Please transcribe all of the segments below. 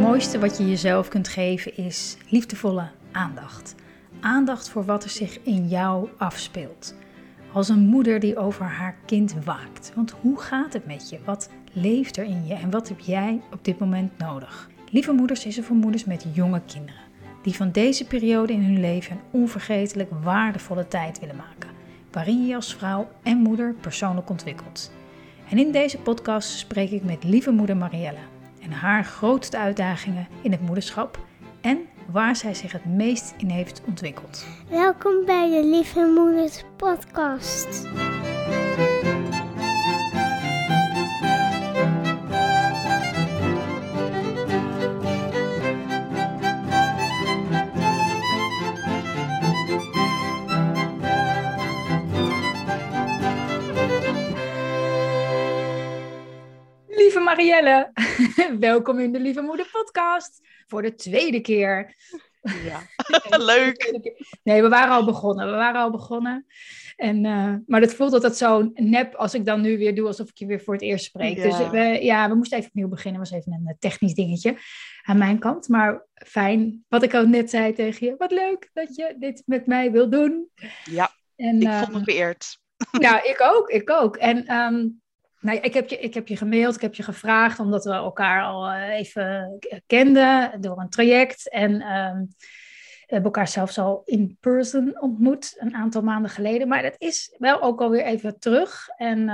mooiste wat je jezelf kunt geven is liefdevolle aandacht. Aandacht voor wat er zich in jou afspeelt. Als een moeder die over haar kind waakt. Want hoe gaat het met je? Wat leeft er in je en wat heb jij op dit moment nodig? Lieve Moeders is er voor moeders met jonge kinderen. Die van deze periode in hun leven een onvergetelijk waardevolle tijd willen maken. Waarin je je als vrouw en moeder persoonlijk ontwikkelt. En in deze podcast spreek ik met lieve moeder Marielle. En haar grootste uitdagingen in het moederschap. En waar zij zich het meest in heeft ontwikkeld. Welkom bij de Lieve Moeders podcast. Lieve Marielle, welkom in de Lieve Moeder podcast. Voor de tweede keer. Ja, leuk. Nee, we waren al begonnen. En, maar het voelt altijd zo nep als ik dan nu weer doe alsof ik je weer voor het eerst spreek. Ja. Dus we moesten even opnieuw beginnen. Het was even een technisch dingetje aan mijn kant. Maar fijn, wat ik al net zei tegen je. Wat leuk dat je dit met mij wil doen. Ja, en, ik voel me vereerd. Ja, ik ook. En ik heb je gemaild, ik heb je gevraagd, omdat we elkaar al even kenden door een traject. En we hebben elkaar zelfs al in person ontmoet, een aantal maanden geleden. Maar dat is wel ook alweer even terug. En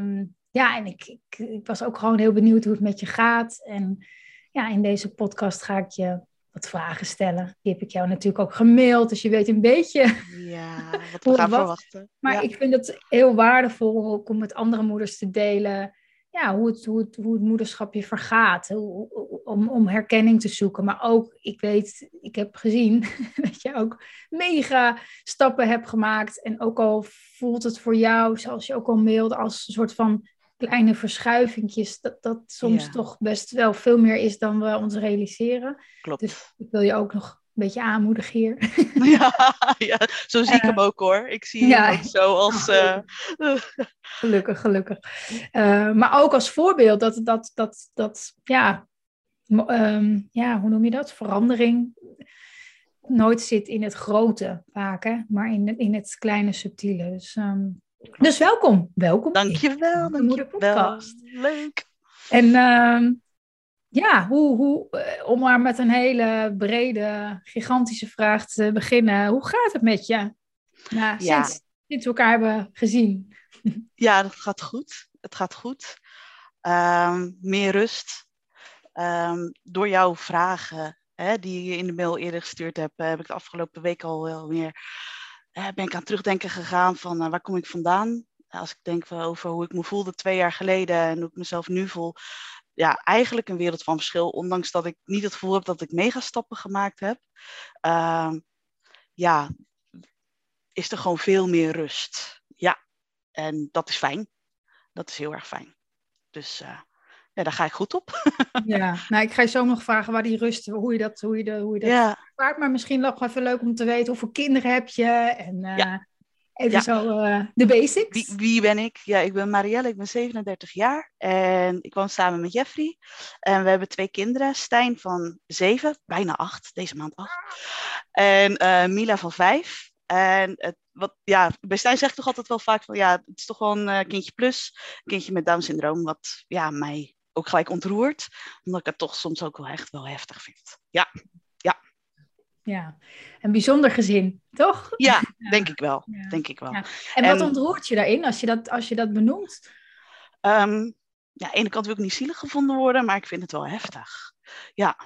ik was ook gewoon heel benieuwd hoe het met je gaat. En ja, in deze podcast ga ik je wat vragen stellen. Die heb ik jou natuurlijk ook gemaild, dus je weet een beetje... Ja, wat we gaan verwachten. Maar ja. Ik vind het heel waardevol ook om met andere moeders te delen... Ja, hoe het moederschap je vergaat. Om herkenning te zoeken. Maar ook, ik heb gezien dat je ook mega stappen hebt gemaakt. En ook al voelt het voor jou, zoals je ook al mailde, als een soort van kleine verschuivingjes. Dat soms toch best wel veel meer is dan we ons realiseren. Klopt. Dus ik wil je ook nog een beetje aanmoedigen hier. Ja, zo zie ik hem ook hoor. Ik zie hem ook zo als... Gelukkig. Maar ook als voorbeeld hoe noem je dat? Verandering nooit zit in het grote vaak, hè? Maar in het kleine subtiele. Dus welkom. Dankjewel. Podcast. Leuk. En om maar met een hele brede, gigantische vraag te beginnen. Hoe gaat het met je? Sinds we elkaar hebben gezien. Ja, dat gaat goed. Het gaat goed. Meer rust. Door jouw vragen, die je in de mail eerder gestuurd hebt, heb ik de afgelopen week al wel meer... ben ik aan het terugdenken gegaan van waar kom ik vandaan? Als ik denk over hoe ik me voelde 2 jaar geleden en hoe ik mezelf nu voel... Ja, eigenlijk een wereld van verschil. Ondanks dat ik niet het gevoel heb dat ik megastappen gemaakt heb. Is er gewoon veel meer rust. Ja, en dat is fijn. Dat is heel erg fijn. Dus daar ga ik goed op. Ja, ik ga je zo nog vragen waar die rust, hoe je dat ervaart. Maar misschien nog even leuk om te weten hoeveel kinderen heb je. En de basics. Wie ben ik? Ja, ik ben Marielle, ik ben 37 jaar. En ik woon samen met Jeffrey. En we hebben 2 kinderen. Stijn van 7, bijna 8, deze maand 8. En Mila van 5. En bij Stijn zeg ik toch altijd wel vaak van... Ja, het is toch wel een kindje plus. Een kindje met Down-syndroom. Wat mij ook gelijk ontroert. Omdat ik het toch soms ook wel echt wel heftig vind. Ja. Ja, een bijzonder gezin, toch? Ja, denk ik wel. Ja. En wat ontroert je daarin als je dat benoemt? Aan de ene kant wil ik niet zielig gevonden worden, maar ik vind het wel heftig. Ja.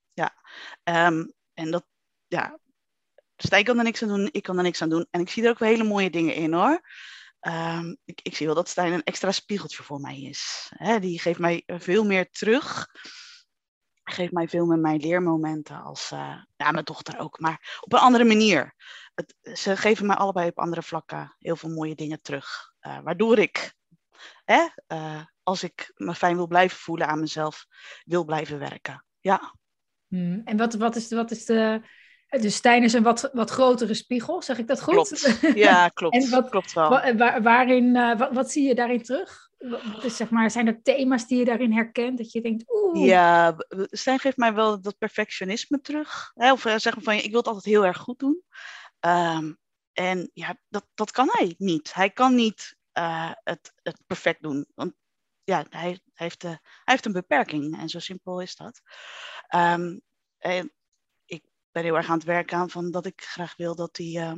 En dat, Stijn kan er niks aan doen, ik kan er niks aan doen. En ik zie er ook wel hele mooie dingen in, hoor. Ik zie wel dat Stijn een extra spiegeltje voor mij is. Die geeft mij veel meer terug. Geeft mij veel meer mijn leermomenten als mijn dochter ook, maar op een andere manier. Ze geven mij allebei op andere vlakken heel veel mooie dingen terug. Waardoor ik, als ik me fijn wil blijven voelen aan mezelf, wil blijven werken. Ja. En wat is de... Dus Stijn is een wat grotere spiegel, zeg ik dat goed? Klopt. Ja, klopt. En klopt wel. Wat zie je daarin terug? wat is, zeg maar, zijn er thema's die je daarin herkent? Dat je denkt, Ja, Stijn geeft mij wel dat perfectionisme terug. Hè? Of zeggen van, ik wil het altijd heel erg goed doen. En ja, dat kan hij niet. Hij kan niet het perfect doen. Want ja, hij heeft een beperking. En zo simpel is dat. En ik ben heel erg aan het werken aan van dat ik graag wil dat hij...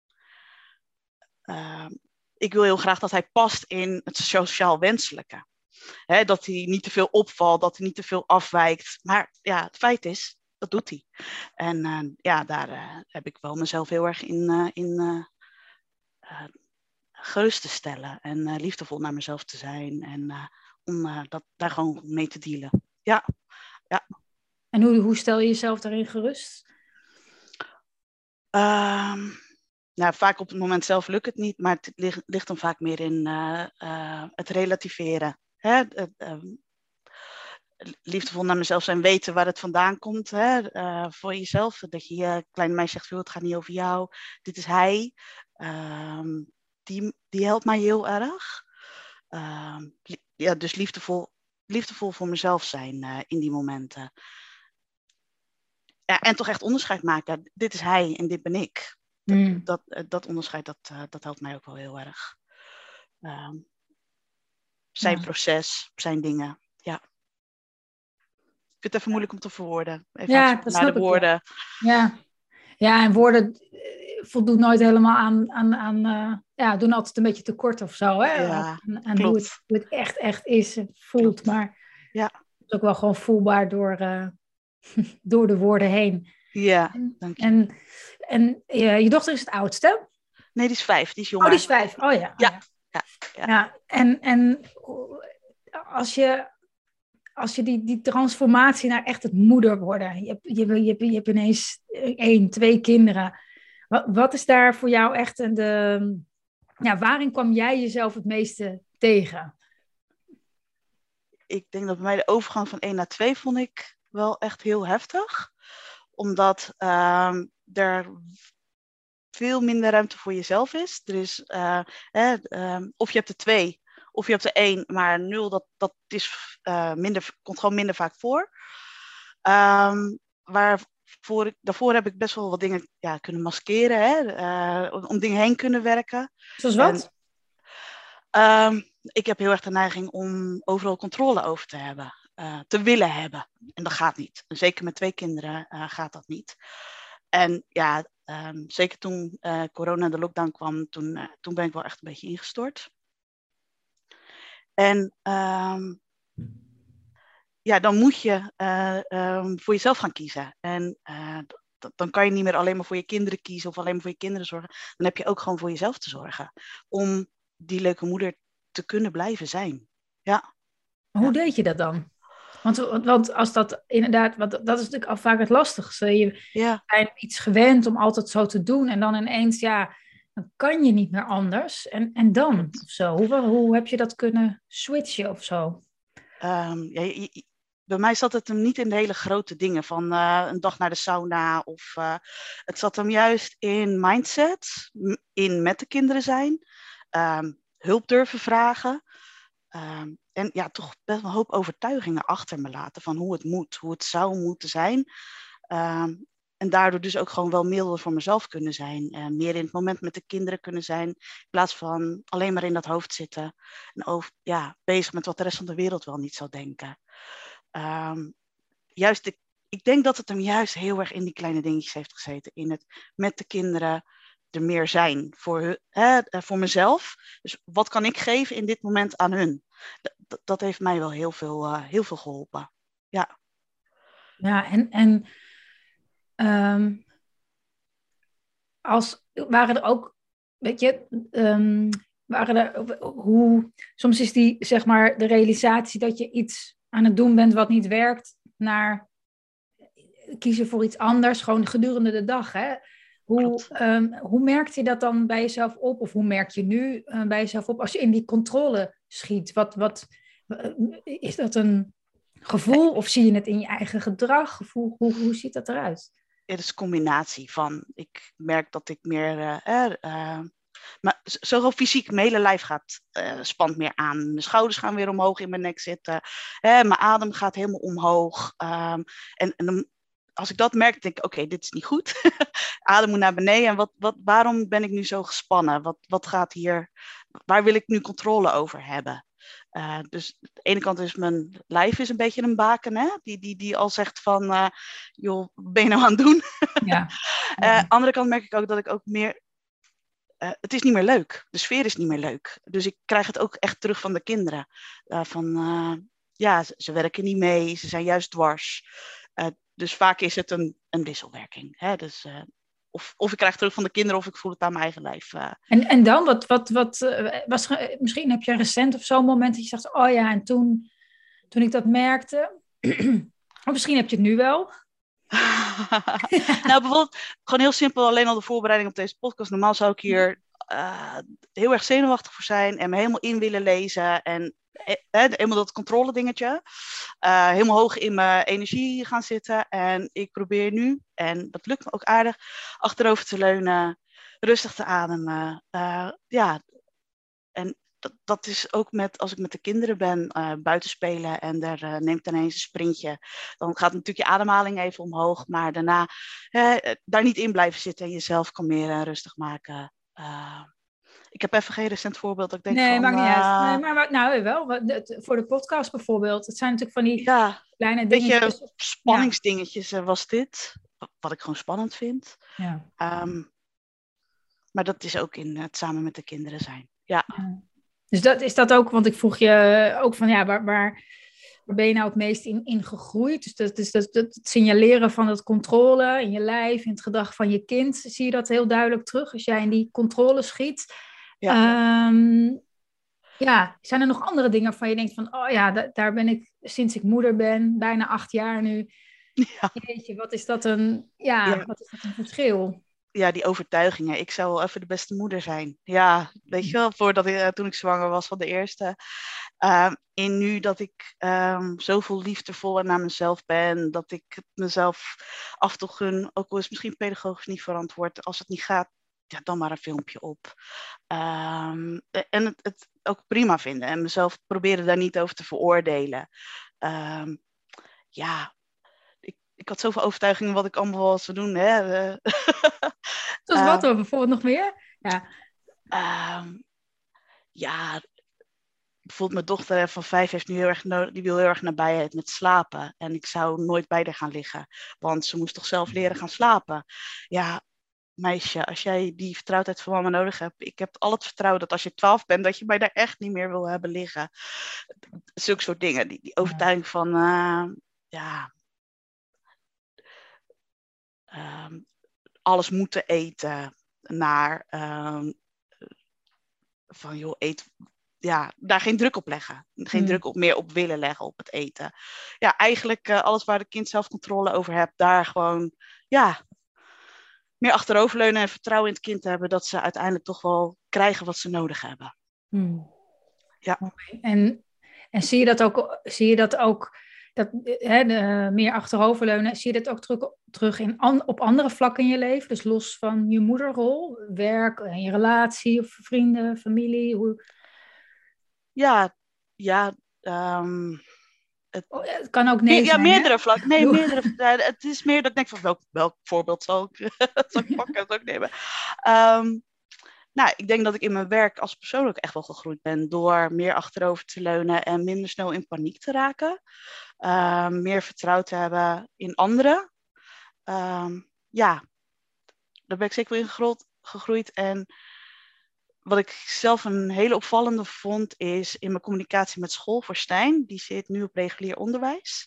ik wil heel graag dat hij past in het sociaal wenselijke. Hè, dat hij niet te veel opvalt, dat hij niet te veel afwijkt. Maar ja, het feit is, dat doet hij. En daar heb ik wel mezelf heel erg in gerust te stellen. En liefdevol naar mezelf te zijn. En om daar gewoon mee te dealen. Ja. En hoe stel je jezelf daarin gerust? Nou, vaak op het moment zelf lukt het niet, maar het ligt dan vaak meer in het relativeren. Hè? Liefdevol naar mezelf zijn, weten waar het vandaan komt. Hè? Voor jezelf, dat je kleine meisje zegt, het gaat niet over jou, dit is hij. Die helpt mij heel erg. Dus liefdevol voor mezelf zijn in die momenten. Ja, en toch echt onderscheid maken. Dit is hij en dit ben ik. Dat onderscheid, dat helpt mij ook wel heel erg. Zijn proces, zijn dingen. Ja. Ik vind het even moeilijk om te verwoorden. Even dat naar de woorden. Ja, en woorden voldoen nooit helemaal aan doen altijd een beetje tekort of zo. Hè? Ja, aan hoe het echt is en voelt. Klopt. Maar ja. het is ook wel gewoon voelbaar door de woorden heen. Ja, dank je. En je dochter is het oudste? Nee, die is 5. Die is jonger. Oh, die is 5. Oh ja. Ja. En als je die transformatie naar echt het moeder worden. Je hebt ineens 1, 2 kinderen. Wat is daar voor jou echt waarin kwam jij jezelf het meeste tegen? Ik denk dat bij mij de overgang van 1 naar 2 vond ik wel echt heel heftig. Omdat er veel minder ruimte voor jezelf is. Er is of je hebt er 2 of je hebt er 1, maar 0, dat is komt gewoon minder vaak voor. Daarvoor heb ik best wel wat dingen kunnen maskeren, hè, om dingen heen kunnen werken. Zoals wat? Ik heb heel erg de neiging om overal controle over te hebben, te willen hebben. En dat gaat niet. En zeker met 2 kinderen gaat dat niet. En ja, zeker toen corona en de lockdown kwam, toen ben ik wel echt een beetje ingestort. En dan moet je voor jezelf gaan kiezen. En dan kan je niet meer alleen maar voor je kinderen kiezen of alleen maar voor je kinderen zorgen. Dan heb je ook gewoon voor jezelf te zorgen. Om die leuke moeder te kunnen blijven zijn. Ja. Hoe deed je dat dan? Want als dat inderdaad, want dat is natuurlijk al vaak het lastigste. Je bent iets gewend om altijd zo te doen. En dan ineens, dan kan je niet meer anders. En dan of zo? Hoe heb je dat kunnen switchen of zo? Bij mij zat het hem niet in de hele grote dingen van een dag naar de sauna. Of het zat hem juist in mindset, in met de kinderen zijn, hulp durven vragen. En toch best wel een hoop overtuigingen achter me laten van hoe het moet, hoe het zou moeten zijn. En daardoor dus ook gewoon wel milder voor mezelf kunnen zijn. Meer in het moment met de kinderen kunnen zijn. In plaats van alleen maar in dat hoofd zitten. En bezig met wat de rest van de wereld wel niet zou denken. Ik denk dat het hem juist heel erg in die kleine dingetjes heeft gezeten. In het met de kinderen er meer zijn voor mezelf. Dus wat kan ik geven in dit moment aan hun? Dat heeft mij wel heel veel geholpen. Ja. Ja, en waren er ook, weet je, soms is die, zeg maar, de realisatie dat je iets aan het doen bent wat niet werkt, naar kiezen voor iets anders, gewoon gedurende de dag, hè? Hoe merkt je dat dan bij jezelf op? Of hoe merk je nu bij jezelf op als je in die controle schiet? Is dat een gevoel of zie je het in je eigen gedrag? Of hoe ziet dat eruit? Het is een combinatie van, ik merk dat ik meer maar zowel fysiek, mijn hele lijf spant meer aan. Mijn schouders gaan weer omhoog in mijn nek zitten. Mijn adem gaat helemaal omhoog. En dan, als ik dat merk, denk ik, oké, dit is niet goed. Adem moet naar beneden. En waarom ben ik nu zo gespannen? Wat gaat hier? Waar wil ik nu controle over hebben? Dus aan de ene kant is mijn lijf is een beetje een baken, hè? Die al zegt van, joh, wat ben je nou aan het doen? Ja. Aan de andere kant merk ik ook dat ik ook meer... het is niet meer leuk. De sfeer is niet meer leuk. Dus ik krijg het ook echt terug van de kinderen. Ze werken niet mee. Ze zijn juist dwars. Dus vaak is het een wisselwerking. Hè? Dus, of ik krijg het terug van de kinderen of ik voel het aan mijn eigen lijf. En dan, misschien heb je recent of zo'n moment dat je zegt, oh ja, en toen ik dat merkte, of misschien heb je het nu wel. Nou, bijvoorbeeld, gewoon heel simpel, alleen al de voorbereiding op deze podcast. Normaal zou ik hier heel erg zenuwachtig voor zijn en me helemaal in willen lezen. En helemaal dat controle dingetje. Helemaal hoog in mijn energie gaan zitten. En ik probeer nu, en dat lukt me ook aardig, achterover te leunen, rustig te ademen. En dat is ook als ik met de kinderen ben, buiten spelen en er neemt ineens een sprintje. Dan gaat natuurlijk je ademhaling even omhoog, maar daarna daar niet in blijven zitten en jezelf kalmeren en rustig maken. Ik heb even geen recent voorbeeld dat ik denk Nee, van... maakt niet uit. Nee, maar nou wel, voor de podcast bijvoorbeeld. Het zijn natuurlijk van die kleine dingetjes. Beetje spanningsdingetjes was dit, wat ik gewoon spannend vind. Ja. Maar dat is ook in het samen met de kinderen zijn. Ja. Dus is dat ook, want ik vroeg je ook van waar ben je nou het meest in gegroeid? Dus dat het signaleren van het controle in je lijf, in het gedrag van je kind, zie je dat heel duidelijk terug als jij in die controle schiet. Zijn er nog andere dingen waarvan je denkt van, oh ja, daar ben ik sinds ik moeder ben, bijna 8 jaar nu. Ja. Jeetje, wat is dat een verschil? Ja, die overtuigingen. Ik zou wel even de beste moeder zijn. Ja, weet je wel, toen ik zwanger was van de eerste. En nu dat ik zoveel liefdevoller naar mezelf ben. Dat ik het mezelf af en toe gun. Ook al is misschien pedagogisch niet verantwoord. Als het niet gaat, ja, dan maar een filmpje op. En het ook prima vinden. En mezelf proberen daar niet over te veroordelen. Ik had zoveel overtuigingen wat ik allemaal wel zou doen. Hè. Zoals wat er bijvoorbeeld nog meer? Bijvoorbeeld mijn dochter van 5 heeft nu die wil heel erg nabijheid met slapen. En ik zou nooit bij haar gaan liggen. Want ze moest toch zelf leren gaan slapen. Ja, meisje, als jij die vertrouwdheid van mama nodig hebt. Ik heb al het vertrouwen dat als je 12 bent, dat je mij daar echt niet meer wil hebben liggen. Zulke soort dingen. Die overtuiging van, alles moeten eten. Naar van joh, eet. Ja, daar geen druk op leggen. Geen druk meer op willen leggen op het eten. Ja, eigenlijk alles waar de kind zelf controle over hebt, daar gewoon, meer achteroverleunen en vertrouwen in het kind hebben dat ze uiteindelijk toch wel krijgen wat ze nodig hebben. Ja. En zie je dat ook meer achteroverleunen, zie je dat ook terug op andere vlakken in je leven? Dus los van je moederrol, werk en je relatie of vrienden, familie? Het kan ook zijn. Ja, meerdere vlakken. Nee, het is meer dat ik denk van welk voorbeeld zal ik pakken en ook nemen. Ik denk dat ik in mijn werk als persoon ook echt wel gegroeid ben door meer achterover te leunen en minder snel in paniek te raken. Meer vertrouwen te hebben in anderen. Daar ben ik zeker wel in gegroeid. En wat ik zelf een hele opvallende vond is in mijn communicatie met school voor Stijn. Die zit nu op regulier onderwijs.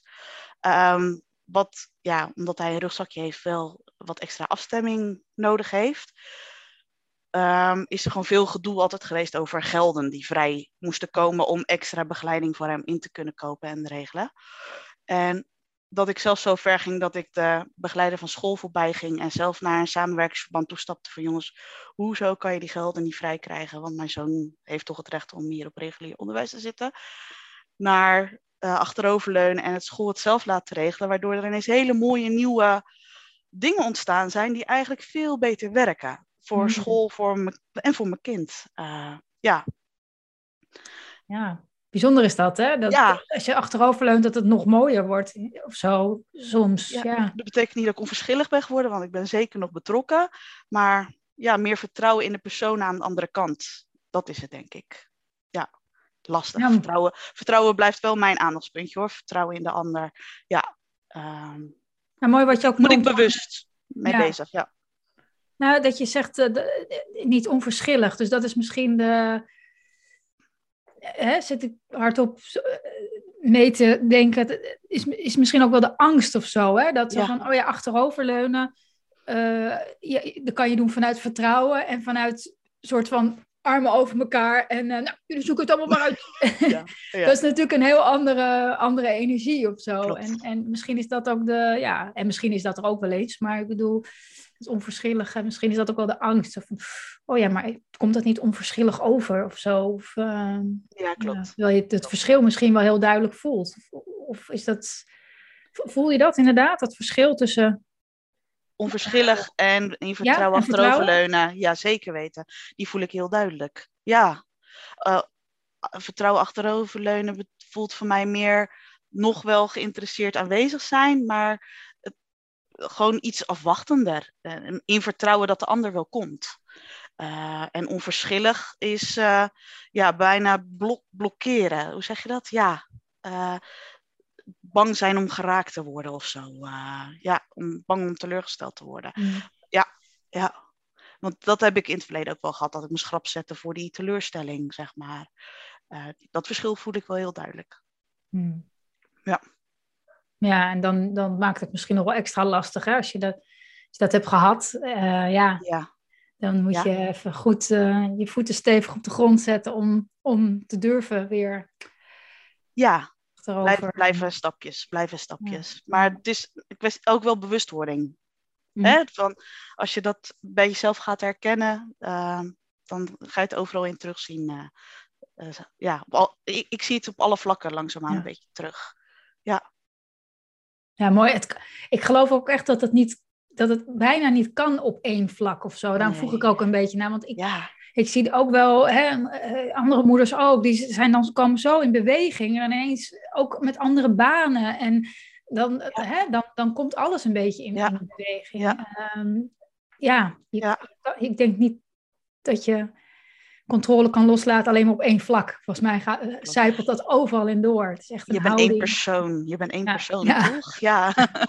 Omdat hij een rugzakje heeft, wel wat extra afstemming nodig heeft. Is er gewoon veel gedoe altijd geweest over gelden die vrij moesten komen om extra begeleiding voor hem in te kunnen kopen en regelen. En dat ik zelfs zo ver ging dat ik de begeleider van school voorbij ging en zelf naar een samenwerkingsverband toestapte van jongens, hoezo kan je die gelden niet vrij krijgen? Want mijn zoon heeft toch het recht om hier op regulier onderwijs te zitten. Naar achteroverleunen en het school het zelf laten regelen, waardoor er ineens hele mooie nieuwe dingen ontstaan zijn die eigenlijk veel beter werken. voor school en voor mijn kind. Ja. Ja, bijzonder is dat, hè? Dat als je achteroverleunt, dat het nog mooier wordt of zo, soms. Ja. Dat betekent niet dat ik onverschillig ben geworden, want ik ben zeker nog betrokken. Maar ja, meer vertrouwen in de persoon aan de andere kant. Dat is het, denk ik. Ja, lastig. Ja. Vertrouwen blijft wel mijn aandachtspuntje, hoor. Vertrouwen in de ander. Ja. Mooi wat je ook Moet ik noemt. bewust mee bezig, ja. Nou, dat je zegt niet onverschillig. Dus dat is misschien zit ik hardop mee te denken. Is misschien ook wel de angst of zo. Hè? Dat zo van, achteroverleunen. Dat kan je doen vanuit vertrouwen. En vanuit een soort van armen over elkaar. En jullie zoeken het allemaal maar uit. Ja. Dat is natuurlijk een heel andere energie of zo. En misschien is dat ook en misschien is dat er ook wel eens. Maar ik bedoel, het onverschillige. Misschien is dat ook wel de angst. Of van, maar komt dat niet onverschillig over of zo? Of, ja, klopt. Terwijl je het verschil misschien wel heel duidelijk voelt. Of is dat... Voel je dat inderdaad? Dat verschil tussen... Onverschillig en in vertrouwen achteroverleunen. Ja, zeker weten. Die voel ik heel duidelijk. Ja. Vertrouwen achteroverleunen voelt voor mij meer nog wel geïnteresseerd aanwezig zijn, maar gewoon iets afwachtender. In vertrouwen dat de ander wel komt. En onverschillig is bijna blokkeren. Hoe zeg je dat? Ja. Bang zijn om geraakt te worden of zo. Bang om teleurgesteld te worden. Ja. Want dat heb ik in het verleden ook wel gehad. Dat ik me schrap zette voor die teleurstelling, zeg maar. Dat verschil voel ik wel heel duidelijk. Ja. Ja, en dan maakt het misschien nog wel extra lastig, hè? Als je dat hebt gehad. Dan moet je even goed je voeten stevig op de grond zetten om te durven weer... Ja. Blijven stapjes. Ja. Maar het is ook wel bewustwording. Hè? Van, als je dat bij jezelf gaat herkennen, dan ga je het overal in terugzien. Ik zie het op alle vlakken langzaamaan een beetje terug. Ja. Ja, mooi. Ik geloof ook echt dat het bijna niet kan op één vlak of zo. Daarom vroeg ik ook een beetje naar, want ik zie ook wel, andere moeders ook, die komen zo in beweging en ineens ook met andere banen. En dan komt alles een beetje in beweging. Ik denk niet dat je controle kan loslaten alleen maar op één vlak. Volgens mij zijpelt dat overal in door. Het is echt een houding. Je bent één persoon, toch? Ja.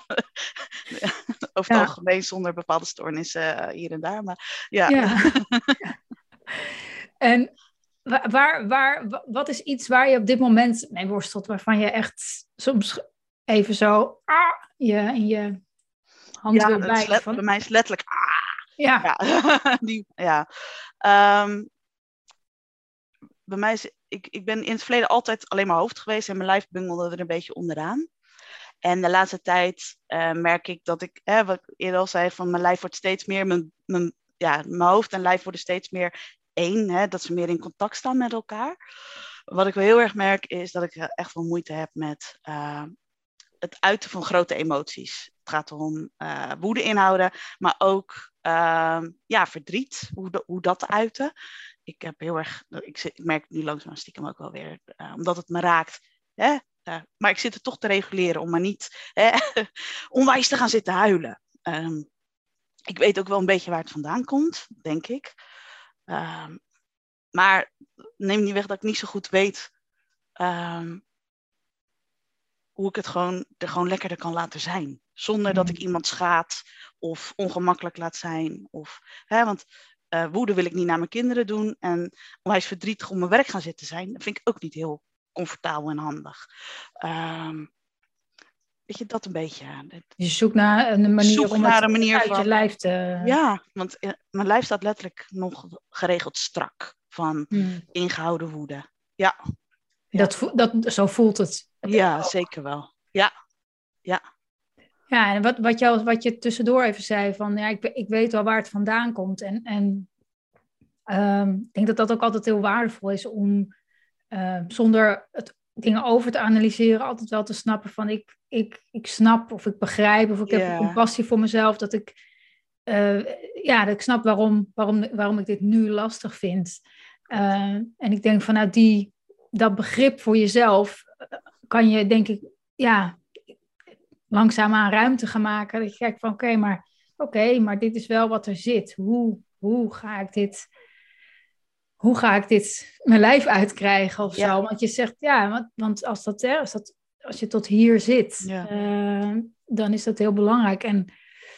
Over het algemeen zonder bepaalde stoornissen hier en daar. Maar ja. En wat is iets waar je op dit moment mee worstelt, waarvan je echt soms even zo in je hand wil bijten? Bij mij is letterlijk bij mij is, ik ben in het verleden altijd alleen maar hoofd geweest en mijn lijf bungelde er een beetje onderaan. En de laatste tijd merk ik dat ik, wat ik eerder al zei, van mijn lijf wordt steeds meer, mijn hoofd en lijf worden steeds meer één, dat ze meer in contact staan met elkaar. Wat ik wel heel erg merk is dat ik echt wel moeite heb met het uiten van grote emoties. Het gaat om woede inhouden, maar ook verdriet, hoe dat uiten. Ik heb heel erg, ik merk het nu langzaam stiekem ook wel weer, omdat het me raakt. Maar ik zit er toch te reguleren om maar niet onwijs te gaan zitten huilen. Ik weet ook wel een beetje waar het vandaan komt, denk ik. Maar neem niet weg dat ik niet zo goed weet hoe ik het gewoon lekkerder kan laten zijn. Zonder dat ik iemand schaad of ongemakkelijk laat zijn. Want woede wil ik niet naar mijn kinderen doen. En onwijs verdrietig om mijn werk gaan zitten zijn, dat vind ik ook niet heel comfortabel en handig. Weet je, dat een beetje. Je zoekt naar een manier om het uit je lijf te... Ja, want mijn lijf staat letterlijk nog geregeld strak van ingehouden woede. Ja. Zo voelt het. Ja, zeker wel. Ja. Ja, en wat je tussendoor even zei, van ik weet wel waar het vandaan komt. En ik denk dat dat ook altijd heel waardevol is om zonder dingen over te analyseren, altijd wel te snappen van ik snap of ik begrijp of ik heb compassie voor mezelf, dat ik ik snap waarom ik dit nu lastig vind. En ik denk vanuit dat begrip voor jezelf kan je, denk ik, langzaamaan ruimte gaan maken. Dat je kijkt van, maar dit is wel wat er zit. Hoe ga ik dit mijn lijf uitkrijgen of zo? Want je zegt, want als je tot hier zit, dan is dat heel belangrijk. En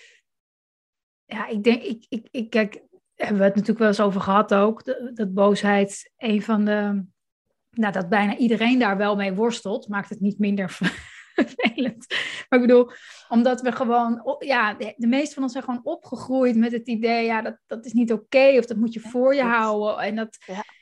ik denk, kijk, hebben we het natuurlijk wel eens over gehad ook, dat boosheid een van de, dat bijna iedereen daar wel mee worstelt, maakt het niet minder vervelend. Maar ik bedoel, omdat we gewoon, de meeste van ons zijn gewoon opgegroeid met het idee, dat is niet oké, of dat moet je voor je houden. En dat,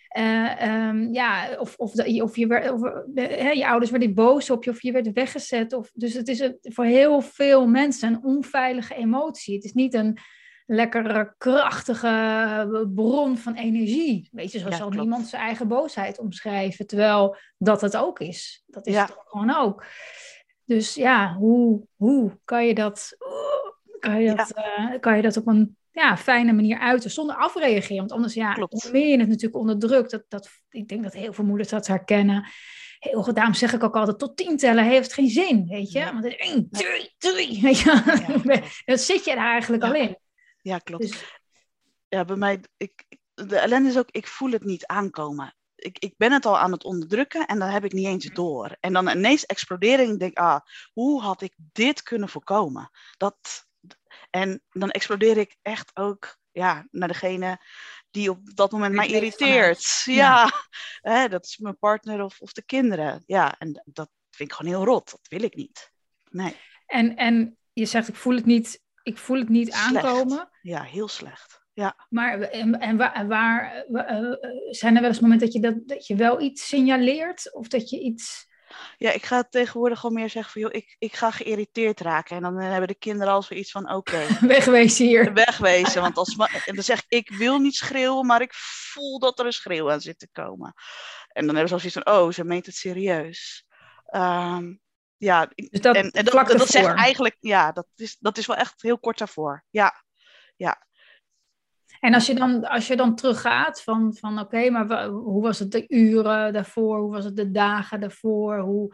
je ouders werden boos op je, of je werd weggezet. Dus het is voor heel veel mensen een onveilige emotie. Het is niet een lekkere, krachtige bron van energie. Weet je, zo zal niemand zijn eigen boosheid omschrijven, terwijl dat het ook is. Dat is het gewoon ook. Dus hoe kan je dat op een fijne manier uiten, zonder afreageren? Want anders, hoe meer je het natuurlijk onderdrukt, ik denk dat heel veel moeders dat herkennen. Daarom zeg ik ook altijd, tot 10 tellen heeft geen zin, weet je. Want 1, 2, 3, weet je. Dan zit je er eigenlijk al in. Ja, klopt. Dus, bij mij, de ellende is ook, ik voel het niet aankomen. Ik ben het al aan het onderdrukken en dan heb ik niet eens door. En dan ineens exploderen en ik denk, hoe had ik dit kunnen voorkomen? En dan explodeer ik echt ook naar degene die op dat moment mij irriteert. Dat is mijn partner of de kinderen. Ja, en dat vind ik gewoon heel rot. Dat wil ik niet. Nee. En je zegt, ik voel het niet aankomen. Ja, heel slecht. Ja. Maar waar zijn er wel eens momenten dat je wel iets signaleert? Of dat je iets... Ja, ik ga tegenwoordig gewoon meer zeggen van, joh, ik ga geïrriteerd raken. En dan hebben de kinderen al zoiets van, oké. Wegwezen hier. Wegwezen, want en dan zeg ik wil niet schreeuwen, maar ik voel dat er een schreeuw aan zit te komen. En dan hebben ze al zoiets van, ze meent het serieus. Dus dat zegt eigenlijk, dat is wel echt heel kort daarvoor. Ja. En als je dan teruggaat van maar hoe was het de uren daarvoor? Hoe was het de dagen daarvoor?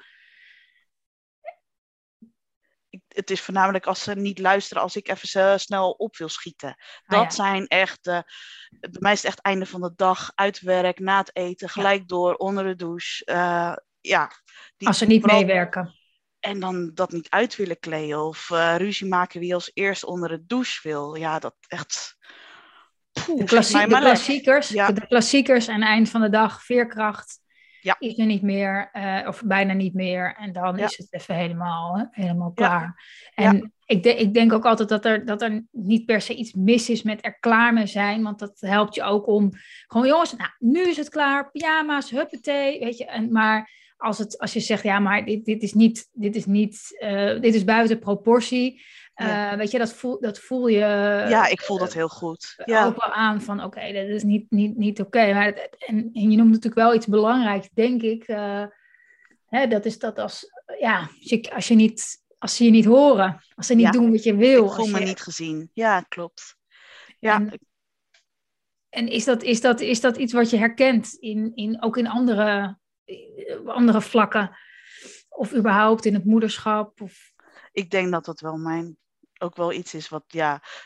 Het is voornamelijk als ze niet luisteren, als ik even snel op wil schieten. Dat zijn echt, bij mij is het echt einde van de dag, uit werk, na het eten, gelijk door, onder de douche. Als ze niet meewerken. En dan dat niet uit willen kleden of ruzie maken wie als eerst onder de douche wil. Ja, dat echt... De klassiekers en eind van de dag, veerkracht is er niet meer, of bijna niet meer. En dan is het even helemaal klaar. En ik denk ook altijd dat er niet per se iets mis is met er klaar mee zijn. Want dat helpt je ook om, gewoon jongens, nu is het klaar, pyjama's, huppatee, weet je. Maar als je zegt, maar dit is buiten proportie. Weet je, dat voel je... Ja, ik voel dat heel goed. Ja. Ook wel aan van, dat is niet oké. Maar en je noemt natuurlijk wel iets belangrijks, denk ik. Dat is dat als ze je niet horen. Als ze niet doen wat je wil. Ik voel me niet gezien. Ja, klopt. Ja. En is dat iets wat je herkent ook in andere vlakken? Of überhaupt in het moederschap? Of... Ik denk dat dat wel ook wel iets is wat,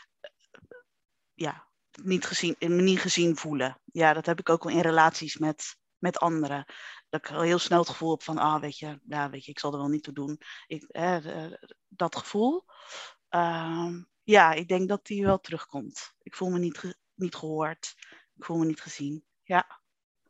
niet gezien voelen. Ja, dat heb ik ook wel in relaties met anderen. Dat ik heel snel het gevoel heb van, weet je, ik zal er wel niet toe doen. Dat gevoel. Ik denk dat die wel terugkomt. Ik voel me niet gehoord. Ik voel me niet gezien. Ja.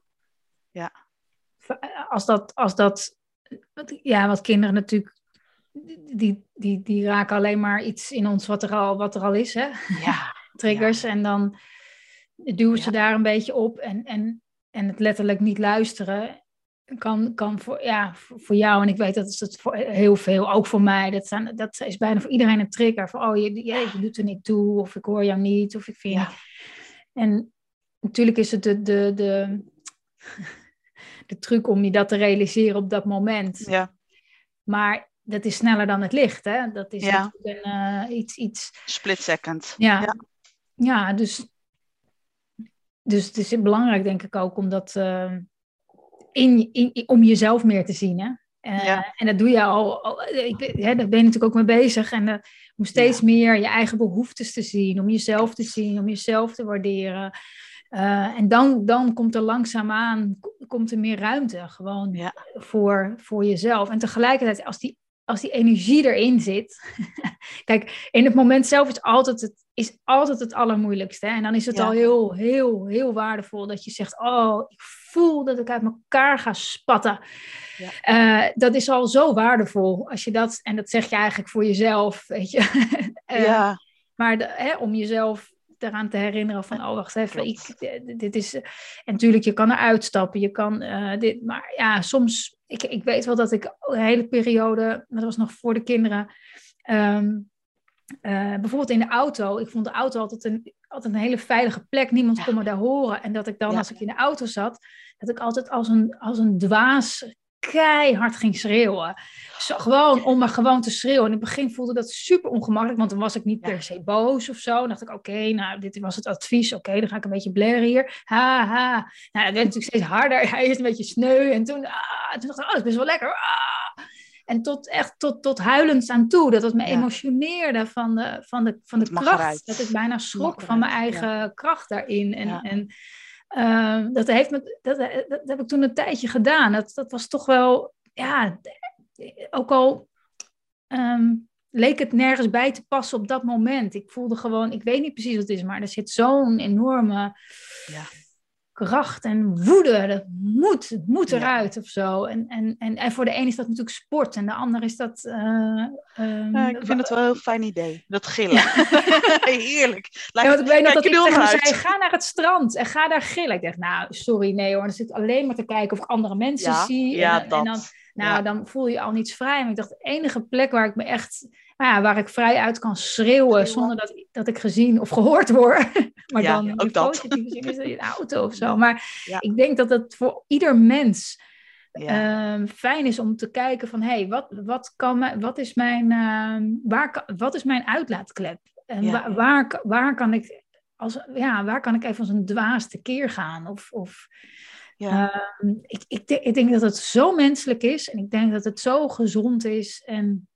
Wat kinderen natuurlijk, die raken alleen maar iets in ons wat er al is, hè? Ja. Triggers. En dan duwen ze daar een beetje op en het letterlijk niet luisteren kan voor jou, en ik weet dat is het voor heel veel, ook voor mij, dat is bijna voor iedereen een trigger van, je doet er niet toe, of ik hoor jou niet, of ik vind je niet. En natuurlijk is het de truc om je dat te realiseren op dat moment. Ja. Maar dat is sneller dan het licht, hè? Dat is Ja. natuurlijk iets. Split second. Ja, dus het is belangrijk, denk ik ook, om dat om jezelf meer te zien, hè? En dat doe je daar ben je natuurlijk ook mee bezig. En om steeds meer je eigen behoeftes te zien, om jezelf te zien, om jezelf te waarderen. En dan komt er langzaamaan meer ruimte gewoon voor jezelf. En tegelijkertijd, als die energie erin zit. Kijk, in het moment zelf is altijd het allermoeilijkste. Hè? En dan is het al heel, heel, heel waardevol dat je zegt, oh, ik voel dat ik uit elkaar ga spatten. Ja. Dat is al zo waardevol. Als je dat, en dat zeg je eigenlijk voor jezelf, weet je. Maar om jezelf eraan te herinneren van, oh, wacht even, dit is... En natuurlijk, je kan eruit stappen, je kan dit... Maar ja, soms... Ik weet wel dat ik een hele periode... Dat was nog voor de kinderen... bijvoorbeeld in de auto. Ik vond de auto altijd een hele veilige plek. Niemand kon me daar horen. En dat ik dan, als ik in de auto zat... Dat ik altijd als een dwaas keihard ging schreeuwen. Gewoon om maar gewoon te schreeuwen. In het begin voelde dat super ongemakkelijk, want dan was ik niet per se boos of zo. Dan dacht ik, oké, nou, dit was het advies. Oké, dan ga ik een beetje blaren hier. Ha, ha. Nou, dat werd natuurlijk steeds harder. Hij is een beetje sneu. En toen dacht ik, oh, dat is best wel lekker. Ah. En tot huilend aan toe. Dat het me emotioneerde van de kracht. Dat ik bijna schrok van mijn eigen kracht daarin. En dat heb ik toen een tijdje gedaan. Dat was toch wel, ook al leek het nergens bij te passen op dat moment. Ik voelde gewoon, ik weet niet precies wat het is, maar er zit zo'n enorme kracht en woede. Dat moet eruit of zo. En voor de een is dat natuurlijk sport en de ander is dat... ik vind het wel een heel fijn idee, dat gillen. Heerlijk. Want ik weet nog dat ik tegen me zei, ga naar het strand en ga daar gillen. Ik dacht, nou, sorry, nee hoor. Dan zit ik alleen maar te kijken of ik andere mensen zie. En dan voel je al niets vrij. Maar ik dacht, de enige plek waar ik me echt... waar ik vrij uit kan schreeuwen zonder dat ik gezien of gehoord word. Maar dan ook dat. Positieve zin is dat in een auto of zo. Maar ik denk dat het voor ieder mens fijn is om te kijken van... wat is mijn uitlaatklep? En waar kan ik even als een dwaas tekeer gaan? Ik denk dat het zo menselijk is. En ik denk dat het zo gezond is. En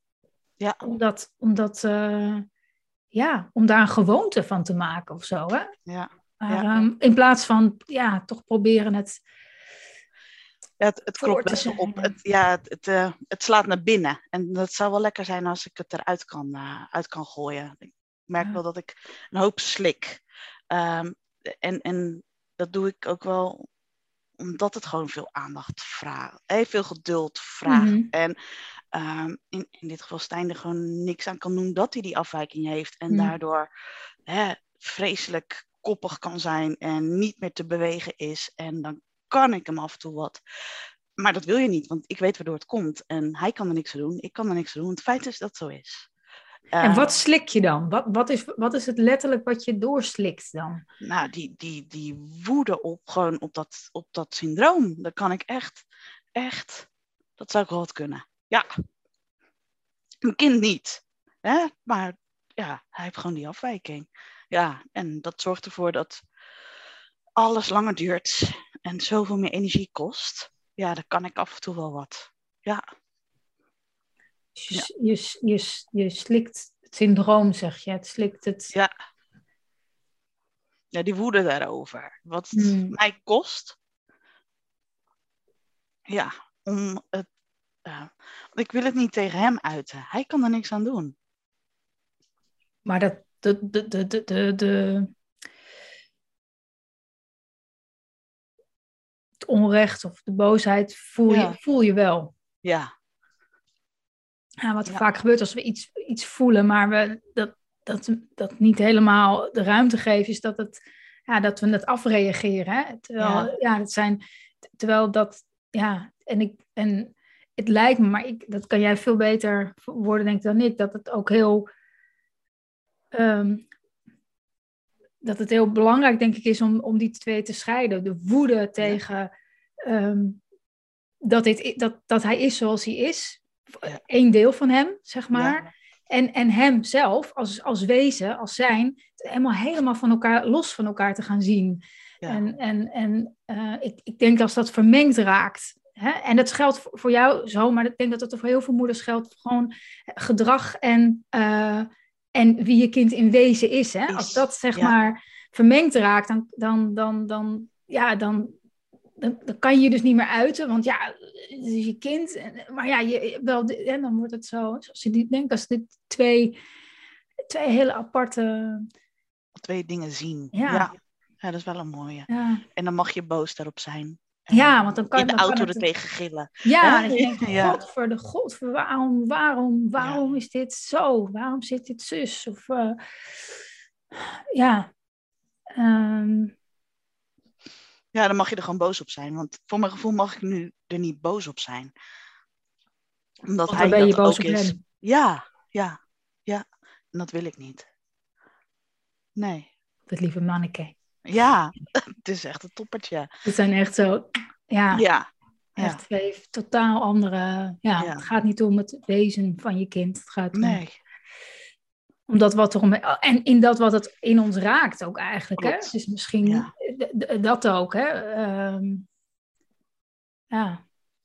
om daar een gewoonte van te maken of zo. Hè? Maar in plaats van toch proberen het... Het klopt best wel op. Het slaat naar binnen. En dat zou wel lekker zijn als ik het eruit kan gooien. Ik merk wel dat ik een hoop slik. En dat doe ik ook wel omdat het gewoon veel aandacht vraagt. Veel geduld vraagt. Mm-hmm. En in dit geval Stijn er gewoon niks aan kan doen dat hij die afwijking heeft. En daardoor vreselijk koppig kan zijn en niet meer te bewegen is. En dan kan ik hem af en toe wat. Maar dat wil je niet, want ik weet waardoor het komt. En hij kan er niks aan doen, ik kan er niks aan doen. Het feit is dat het zo is. En wat slik je dan? Wat is het letterlijk wat je doorslikt dan? Nou, die woede op dat syndroom. Dat kan ik echt, dat zou ik wel wat kunnen. Ja. Mijn kind niet. Hè? Maar ja, hij heeft gewoon die afwijking. Ja, en dat zorgt ervoor dat alles langer duurt en zoveel meer energie kost. Ja, dan kan ik af en toe wel wat. Ja. Je slikt het syndroom, zeg je. Het slikt het... Ja, die woede daarover. Wat het mij kost. Ja, om het... want ik wil het niet tegen hem uiten. Hij kan er niks aan doen. Maar het onrecht of de boosheid voel je wel. Ja. Wat er vaak gebeurt als we iets voelen, maar we dat niet helemaal de ruimte geven, is dat we het afreageren. Hè? Terwijl dat en het lijkt me, maar dat kan jij veel beter worden, denk ik, dan ik, dat het ook heel dat het heel belangrijk, denk ik, is om die twee te scheiden. De woede tegen dat hij is zoals hij is, één deel van hem, zeg maar. Ja. En hem zelf, als wezen, als zijn, helemaal van elkaar, los van elkaar te gaan zien. Ja. Ik denk als dat vermengd raakt. Hè? En dat geldt voor jou zo, maar ik denk dat het voor heel veel moeders geldt. Gewoon gedrag en wie je kind in wezen is. Hè? Als dat zeg maar vermengd raakt, dan kan je dus niet meer uiten. Want ja, het is je kind. Maar ja, dan wordt het zo. Zoals je niet denkt, als dit twee hele aparte... Twee dingen zien. Ja. Ja, dat is wel een mooie. Ja. En dan mag je boos daarop zijn. Ja, want dan kan in de auto kan er tegen gillen. Ja, dat je denkt, Ja. waarom is dit zo? Waarom zit dit zus? Of ja. Ja, dan mag je er gewoon boos op zijn. Want voor mijn gevoel mag ik nu er niet boos op zijn. Omdat Want hij dan ben je dat boos ook op is. hem. Ja. En dat wil ik niet. Nee. Dat lieve manneke. Ja, het is echt een toppertje. Het zijn echt zo, echt twee totaal andere... Ja, het gaat niet om het wezen van je kind. Het gaat om dat wat er om... En in dat wat het in ons raakt ook eigenlijk. Hè? Dus misschien dat ook. Hè? Ja.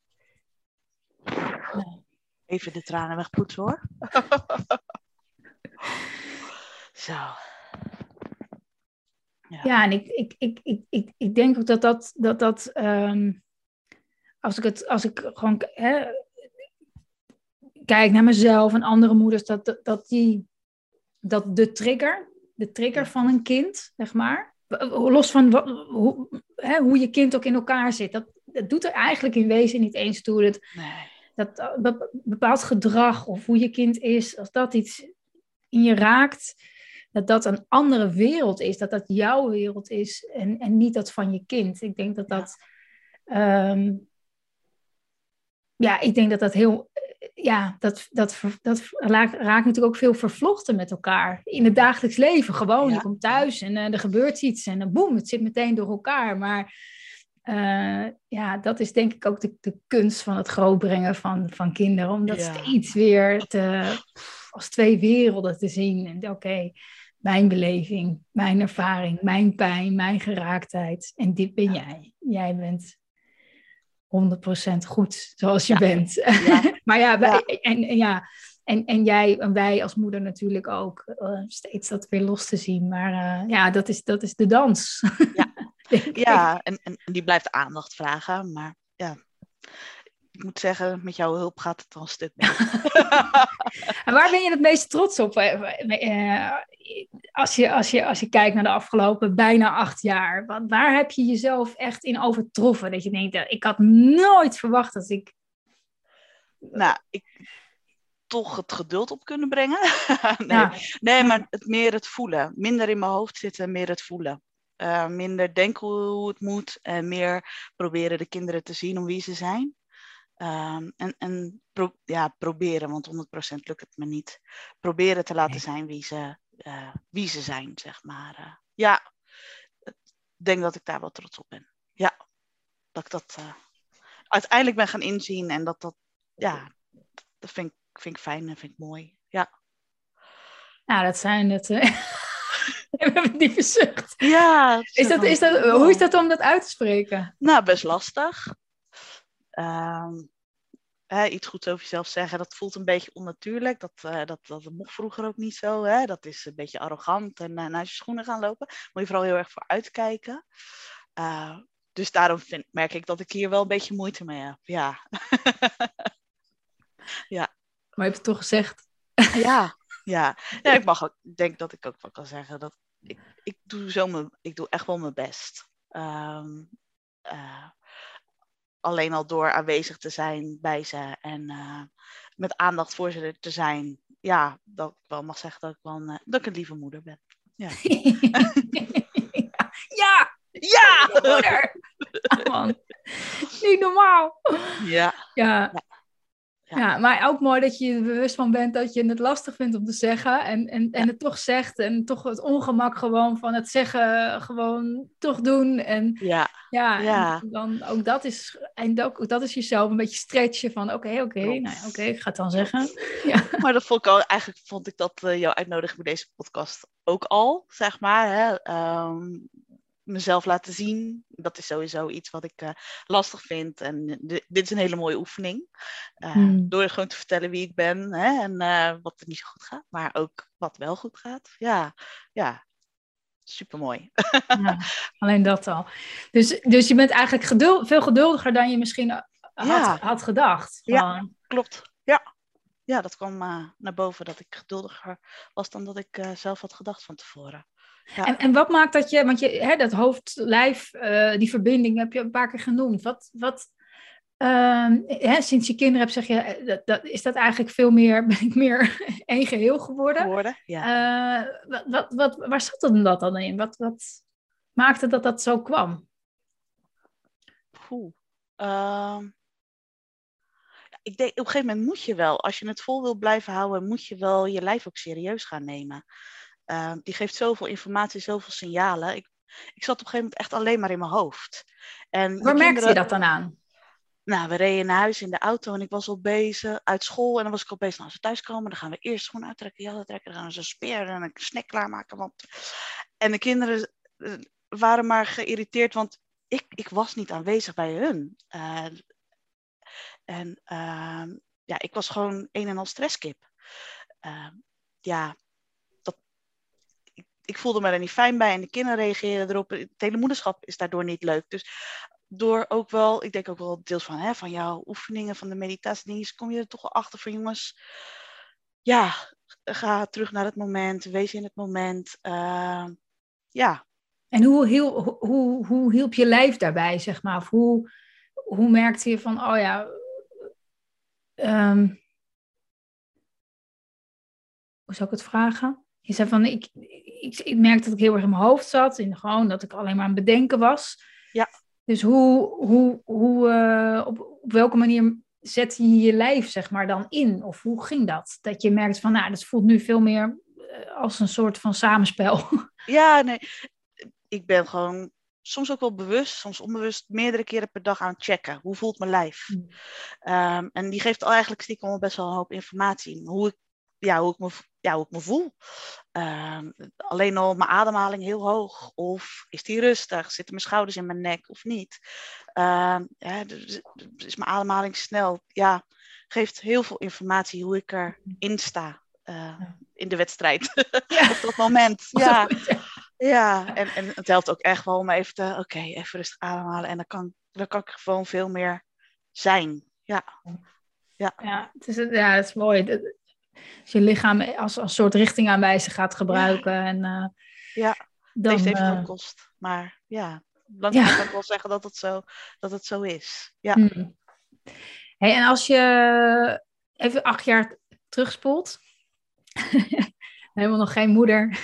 Even de tranen wegpoetsen hoor. Zo. Ja, en ik denk ook dat als ik gewoon kijk naar mezelf en andere moeders, dat de trigger van een kind, zeg maar, los van hoe je kind ook in elkaar zit, dat doet er eigenlijk in wezen niet eens toe. Dat bepaald gedrag of hoe je kind is, als dat iets in je raakt, dat een andere wereld is, dat jouw wereld is en niet dat van je kind. Ik denk dat ik denk dat heel... Ja, dat raakt natuurlijk ook veel vervlochten met elkaar. In het dagelijks leven gewoon. Je komt thuis en er gebeurt iets en boem, het zit meteen door elkaar. Maar dat is denk ik ook de kunst van het grootbrengen van kinderen. Om dat steeds weer als twee werelden te zien. En oké, mijn beleving, mijn ervaring, mijn pijn, mijn geraaktheid. En dit ben jij. Jij bent 100% goed zoals je bent. Ja. Maar en wij als moeder natuurlijk ook. Steeds dat weer los te zien. Maar dat is de dans. Ja, en die blijft aandacht vragen. Maar ja, ik moet zeggen, met jouw hulp gaat het al een stuk beter. En waar ben je het meest trots op? Als je kijkt naar de afgelopen bijna 8 jaar. Waar heb je jezelf echt in overtroffen? Dat je denkt, ik had nooit verwacht dat ik... Nou, ik toch het geduld op kunnen brengen. Nee, maar meer het voelen. Minder in mijn hoofd zitten, meer het voelen. Minder denken hoe het moet. En meer proberen de kinderen te zien om wie ze zijn. Proberen, want 100% lukt het me niet. Proberen te laten zijn wie ze zijn, zeg maar. Ik denk dat ik daar wel trots op ben. Ja, dat ik dat uiteindelijk ben gaan inzien en dat vind ik fijn en vind ik mooi. Ja. Nou, dat zijn het. We hebben die verzucht. Ja. Hoe is dat om dat uit te spreken? Nou, best lastig. Iets goeds over jezelf zeggen, dat voelt een beetje onnatuurlijk. Dat mocht vroeger ook niet zo. Hè? Dat is een beetje arrogant en naar je schoenen gaan lopen. Moet je vooral heel erg voor uitkijken. Dus daarom merk ik dat ik hier wel een beetje moeite mee heb. Ja. Ja. Maar je hebt het toch gezegd? Ja. Ja, ik denk dat ik ook wel kan zeggen dat ik doe echt wel mijn best. Alleen al door aanwezig te zijn bij ze en met aandacht voor ze te zijn. Ja, dat ik wel mag zeggen dat ik een lieve moeder ben. Ja. Ja, moeder. Oh, man. Niet normaal. Ja. Ja, maar ook mooi dat je er bewust van bent dat je het lastig vindt om te zeggen. En het toch zegt. En toch het ongemak gewoon van het zeggen gewoon toch doen. En Ja, ja, en ja, dan ook dat is. En ook dat is jezelf een beetje stretchen van oké, nou ja, klopt. ik ga het dan zeggen. Klopt. Ja. Maar eigenlijk vond ik dat jouw uitnodiging bij deze podcast ook al, zeg maar. Hè? Mezelf laten zien, dat is sowieso iets wat ik lastig vind. En dit is een hele mooie oefening. Hmm. Door gewoon te vertellen wie ik ben, hè? En wat er niet zo goed gaat, maar ook wat wel goed gaat. Ja, ja, supermooi. Ja, alleen dat al. Dus je bent eigenlijk veel geduldiger dan je misschien Ja, had gedacht. ja, Gewoon. klopt. Ja. Ja, dat kwam naar boven dat ik geduldiger was dan dat ik zelf had gedacht van tevoren. Ja. En wat maakt dat je, want dat hoofd-lijf, die verbinding heb je een paar keer genoemd. Sinds je kinderen hebt, zeg je, is dat eigenlijk veel meer, ben ik meer één geheel geworden. Geworden? Ja. Waar zat hem dat dan in? Wat maakte dat dat zo kwam? Poeh. Ehm, ik denk, op een gegeven moment moet je wel, als je het vol wil blijven houden, moet je wel je lijf ook serieus gaan nemen. Die geeft zoveel informatie, zoveel signalen. Ik zat op een gegeven moment echt alleen maar in mijn hoofd. En de Waar merkte je kinderen, dat dan aan? nou, we reden naar huis in de auto en ik was al bezig uit school. En dan was ik al bezig, nou, als we thuiskomen, dan gaan we eerst gewoon uittrekken, jassen trekken. Dan gaan we ze speren en een snack klaarmaken. En de kinderen waren maar geïrriteerd, want ik was niet aanwezig bij hun. Ja, ik was gewoon een en al stresskip. Ja, ik voelde me er niet fijn bij en de kinderen reageerden erop. Het hele moederschap is daardoor niet leuk. Dus door ook wel, ik denk ook wel deels van jouw oefeningen, van de meditatiedingen, kom je er toch wel achter van jongens. Ja, ga terug naar het moment, wees in het moment. Ja. En hoe hielp je lijf daarbij, zeg maar? Of hoe merkte je van, oh ja, hoe zou ik het vragen? Je zei van, ik merkte dat ik heel erg in mijn hoofd zat. En gewoon dat ik alleen maar aan het bedenken was. Ja. Dus op welke manier zette je je lijf, zeg maar, dan in? Of hoe ging dat? Dat je merkt van, nou, dat voelt nu veel meer als een soort van samenspel. Ja, nee. Ik ben gewoon soms ook wel bewust, soms onbewust, meerdere keren per dag aan het checken. Hoe voelt mijn lijf? En die geeft eigenlijk stiekem al best wel een hoop informatie. Hoe ik me voel. Alleen al mijn ademhaling heel hoog. Of is die rustig? Zitten mijn schouders in mijn nek of niet? Is mijn ademhaling snel? Ja, geeft heel veel informatie hoe ik erin sta. In de wedstrijd. Ja. Op dat moment. Ja. Ja, en het helpt ook echt wel om even even rustig ademhalen. En dan kan ik gewoon veel meer zijn. Ja. Ja, het is mooi. Als je lichaam als een soort richtingaanwijzer gaat gebruiken. Ja. En, Ja, het dan, heeft even veel kost. Maar ja, langzaam kan ik wel zeggen dat het zo is. Ja. Hey, en als je even 8 jaar terugspoelt. Helemaal nog geen moeder.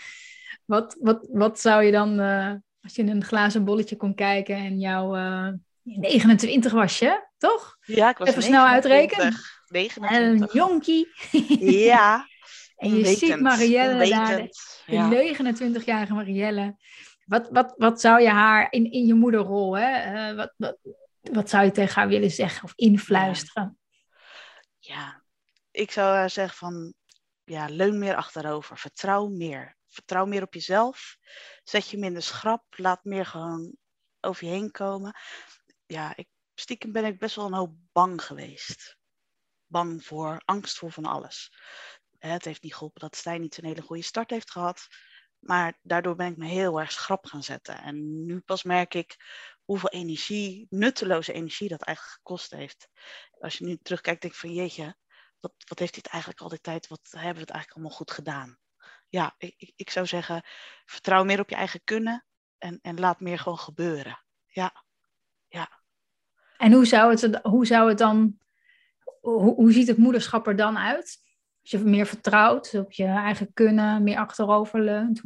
Wat zou je dan, als je in een glazen bolletje kon kijken en jouw 29 was je, toch? Ja, ik was Even snel uitrekenen. 29. Een jonkie. Ja, En je ziet Marielle daar, de Ja. 29-jarige Marielle. Wat zou je haar in je moederrol, hè? Wat zou je tegen haar willen zeggen of influisteren? Ja, ik zou zeggen van, leun meer achterover. Vertrouw meer. Vertrouw meer op jezelf. Zet je minder schrap. Laat meer gewoon over je heen komen. Ja, stiekem ben ik best wel een hoop bang geweest. Bang voor, angst voor van alles. Het heeft niet geholpen dat Stijn niet zo'n hele goede start heeft gehad. Maar daardoor ben ik me heel erg schrap gaan zetten. En nu pas merk ik hoeveel energie, nutteloze energie dat eigenlijk gekost heeft. Als je nu terugkijkt, denk ik van jeetje, wat heeft dit eigenlijk al die tijd, wat hebben we het eigenlijk allemaal goed gedaan? Ja, ik zou zeggen, vertrouw meer op je eigen kunnen en laat meer gewoon gebeuren. Ja. En hoe zou het dan, hoe ziet het moederschap er dan uit? Als je meer vertrouwt op je eigen kunnen, meer achteroverleunt,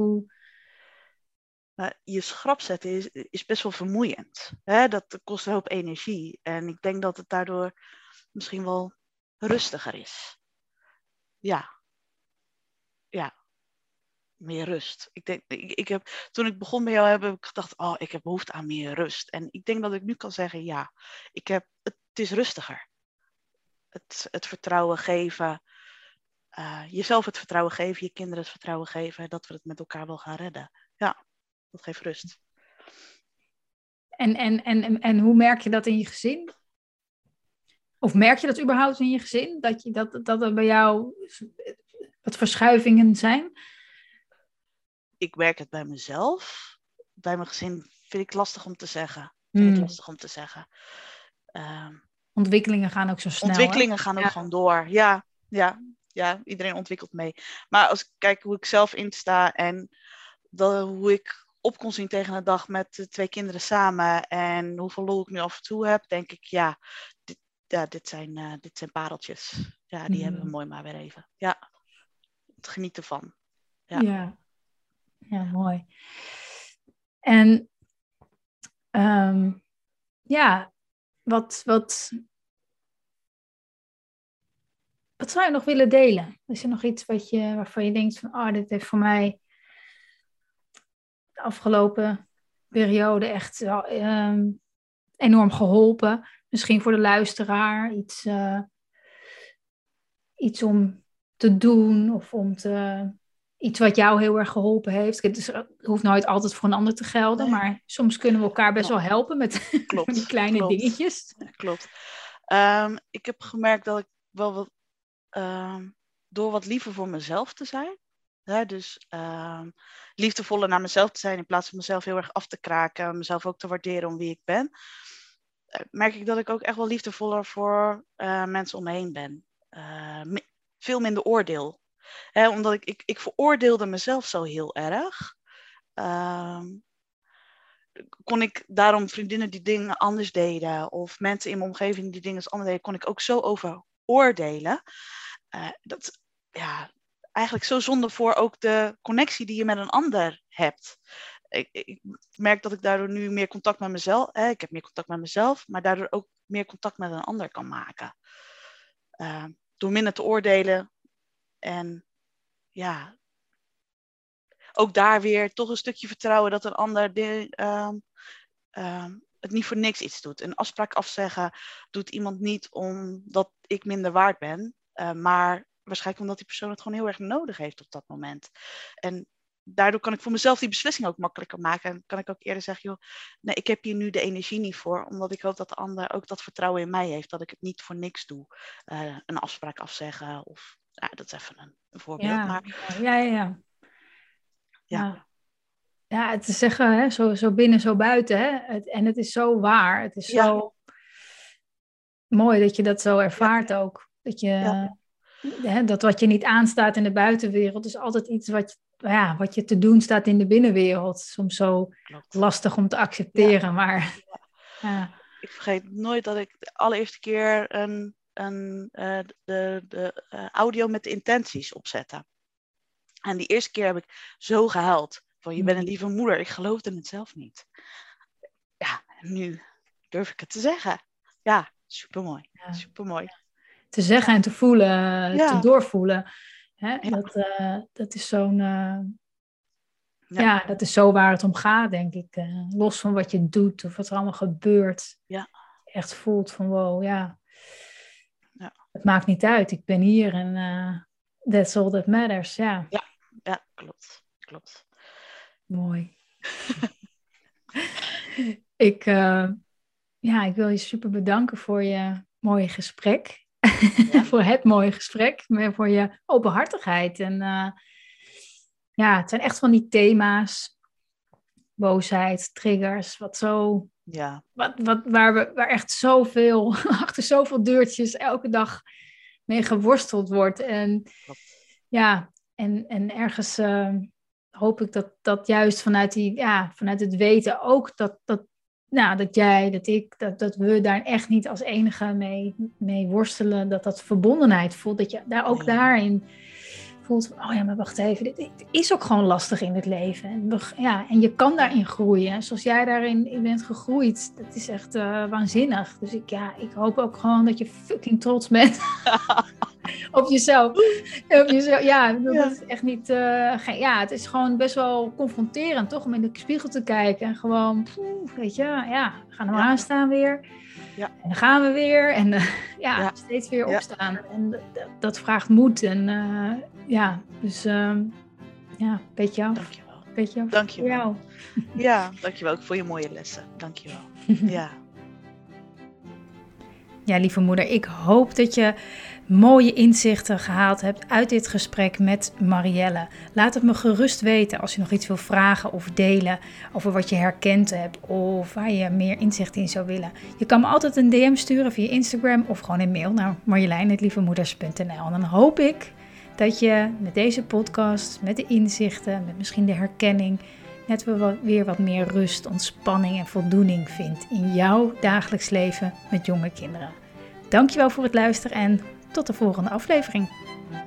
Je schrap zetten is best wel vermoeiend. Hè? Dat kost een hoop energie. En ik denk dat het daardoor misschien wel rustiger is. Ja. Meer rust. Ik denk, toen ik begon bij jou heb ik gedacht, ik heb behoefte aan meer rust. En ik denk dat ik nu kan zeggen, ja, het is rustiger. Het vertrouwen geven, jezelf het vertrouwen geven, je kinderen het vertrouwen geven, dat we het met elkaar wel gaan redden. Ja, dat geeft rust. En hoe merk je dat in je gezin? Of merk je dat überhaupt in je gezin? Dat er bij jou wat verschuivingen zijn? Ik merk het bij mezelf. Bij mijn gezin vind ik lastig om te zeggen. Ontwikkelingen gaan ook zo snel. Ontwikkelingen gaan ook gewoon door. Ja, iedereen ontwikkelt mee. Maar als ik kijk hoe ik zelf insta en hoe ik op kon zien tegen een dag met de 2 kinderen samen en hoeveel lol ik nu af en toe heb, denk ik, dit zijn pareltjes. Ja, die hebben we mooi maar weer even. Ja, geniet ervan. Ja, mooi. En wat zou je nog willen delen? Is er nog iets waarvan je denkt van, dit heeft voor mij de afgelopen periode echt enorm geholpen. Misschien voor de luisteraar iets om te doen of iets wat jou heel erg geholpen heeft. Het hoeft nooit altijd voor een ander te gelden, maar soms kunnen we elkaar best wel helpen met die kleine dingetjes. Klopt. Ik heb gemerkt dat ik wel door wat liever voor mezelf te zijn, dus liefdevoller naar mezelf te zijn in plaats van mezelf heel erg af te kraken, mezelf ook te waarderen om wie ik ben, merk ik dat ik ook echt wel liefdevoller voor mensen om me heen ben. Veel minder oordeel. Omdat ik veroordeelde mezelf zo heel erg. Kon ik daarom vriendinnen die dingen anders deden, of mensen in mijn omgeving die dingen anders deden, kon ik ook zo over oordelen. Dat eigenlijk zo zonde voor ook de connectie die je met een ander hebt. Ik merk dat ik daardoor nu meer contact met mezelf, ik heb meer contact met mezelf, maar daardoor ook meer contact met een ander kan maken. Door minder te oordelen en ook daar weer toch een stukje vertrouwen dat een ander het niet voor niks iets doet. Een afspraak afzeggen doet iemand niet omdat ik minder waard ben, maar waarschijnlijk omdat die persoon het gewoon heel erg nodig heeft op dat moment. En daardoor kan ik voor mezelf die beslissing ook makkelijker maken. En kan ik ook eerder zeggen, joh, nee, ik heb hier nu de energie niet voor, omdat ik hoop dat de ander ook dat vertrouwen in mij heeft, dat ik het niet voor niks doe. Een afspraak afzeggen of, dat is even een voorbeeld. Ja, maar, ja, het te zeggen, zo binnen, zo buiten. En het is zo waar. Het is zo mooi dat je dat zo ervaart ook. Dat dat wat je niet aanstaat in de buitenwereld is altijd iets wat je te doen staat in de binnenwereld. Soms zo lastig om te accepteren, maar... Ja. Ik vergeet nooit dat ik de allereerste keer de audio met de intenties opzette. En die eerste keer heb ik zo gehuild. Van je bent een lieve moeder. Ik geloofde het zelf niet. Ja, en nu durf ik het te zeggen. Ja, supermooi. Ja. Supermooi. Te zeggen en te voelen, te doorvoelen. Hè? Dat is zo'n... dat is zo waar het om gaat, denk ik. Los van wat je doet of wat er allemaal gebeurt. Ja. Echt voelt van wow, het maakt niet uit. Ik ben hier en that's all that matters. Ja, klopt. Mooi. Ik wil je super bedanken voor je mooie gesprek. Voor het mooie gesprek. Maar voor je openhartigheid. En het zijn echt van die thema's. Boosheid, triggers. Wat zo... Ja. Waar echt zoveel... achter zoveel deurtjes elke dag mee geworsteld wordt. En en ergens... hoop ik dat juist vanuit het weten ook dat jij, dat ik, dat we daar echt niet als enige mee worstelen, dat verbondenheid voelt, dat je daar ook daarin voelt van, oh ja, maar wacht even, dit is ook gewoon lastig in het leven. En je kan daarin groeien. En zoals jij daarin bent gegroeid, dat is echt waanzinnig. Dus ik hoop ook gewoon dat je fucking trots bent op jezelf. Ja, dat is echt niet... het is gewoon best wel confronterend, toch? Om in de spiegel te kijken en gewoon, weet je, we gaan er maar aan staan weer. Ja. En dan gaan we weer en steeds weer opstaan. En dat vraagt moed. En weet je af. Dankjewel. Beetje af dankjewel. Voor jou. Ja, dankjewel ook voor je mooie lessen. Dankjewel. Ja. Ja, lieve moeder, ik hoop dat je mooie inzichten gehaald hebt uit dit gesprek met Marielle. Laat het me gerust weten als je nog iets wil vragen of delen over wat je herkend hebt of waar je meer inzicht in zou willen. Je kan me altijd een DM sturen via Instagram of gewoon een mail naar marjolein@lievemoeders.nl. En dan hoop ik dat je met deze podcast, met de inzichten, met misschien de herkenning, net weer wat meer rust, ontspanning en voldoening vindt in jouw dagelijks leven met jonge kinderen. Dankjewel voor het luisteren en tot de volgende aflevering.